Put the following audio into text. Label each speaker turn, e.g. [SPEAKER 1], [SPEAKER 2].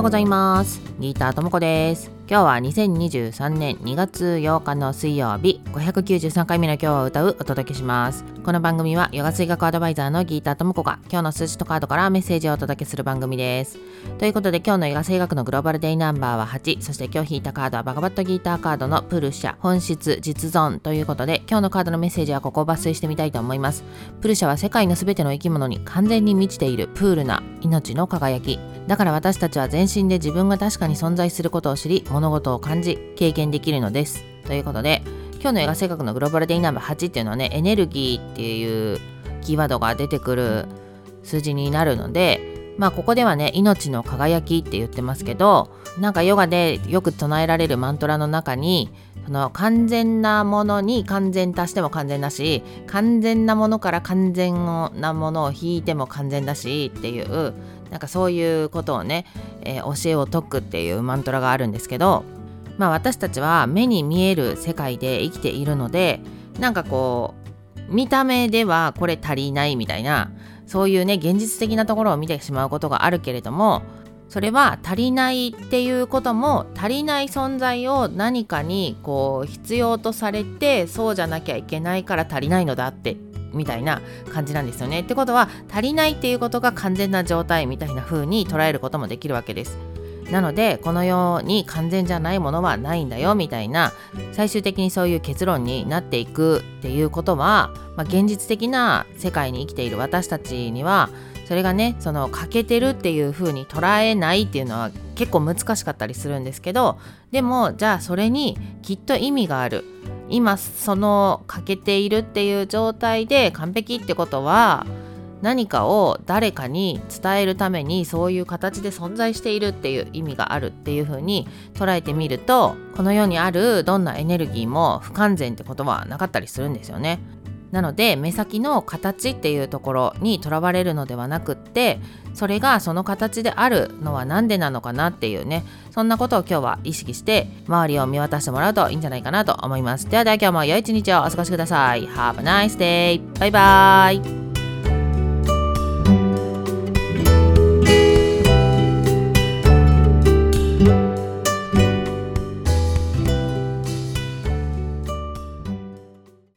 [SPEAKER 1] ございます。ギターともこです。今日は2023年2月8日の水曜日、593回目の今日を歌うお届けします。この番組はヨガ水学アドバイザーのギターともこが今日の数字とカードからメッセージをお届けする番組です。ということで今日のヨガ水学のグローバルデイナンバーは8、そして今日引いたカードはバガバットギターカードのプルシャ、本質、実存ということで今日のカードのメッセージはここを抜粋してみたいと思います。プルシャは世界のすべての生き物に完全に満ちているプールな命の輝き。だから私たちは全身で自分が確かに存在することを知り、物事を感じ、経験できるのです。ということで、今日のヨガ性格のグローバルデイナンバー8っていうのはね、エネルギーっていうキーワードが出てくる数字になるので、ここではね、命の輝きって言ってますけど、なんかヨガでよく唱えられるマントラの中に、その完全なものに完全足しても完全だし、完全なものから完全なものを引いても完全だしっていう、なんかそういうことをね、教えを説くっていうマントラがあるんですけど、私たちは目に見える世界で生きているので、なんかこう見た目ではこれ足りないみたいな、そういうね現実的なところを見てしまうことがあるけれども、それは足りないっていうことも、足りない存在を何かにこう必要とされて、そうじゃなきゃいけないから足りないのだってみたいな感じなんですよね。ってことは、足りないっていうことが完全な状態みたいな風に捉えることもできるわけです。なのでこの世に完全じゃないものはないんだよみたいな、最終的にそういう結論になっていくっていうことは、現実的な世界に生きている私たちにはそれがね、その欠けてるっていう風に捉えないっていうのは結構難しかったりするんですけど、でもじゃあそれにきっと意味がある。今その欠けているっていう状態で完璧ってことは、何かを誰かに伝えるためにそういう形で存在しているっていう意味があるっていう風に捉えてみると、この世にあるどんなエネルギーも不完全ってことはなかったりするんですよね。なので目先の形っていうところにとらわれるのではなくって、それがその形であるのはなんでなのかなっていうね、そんなことを今日は意識して周りを見渡してもらうといいんじゃないかなと思います。では今日も良い一日をお過ごしください。Have a nice day! バイバイ。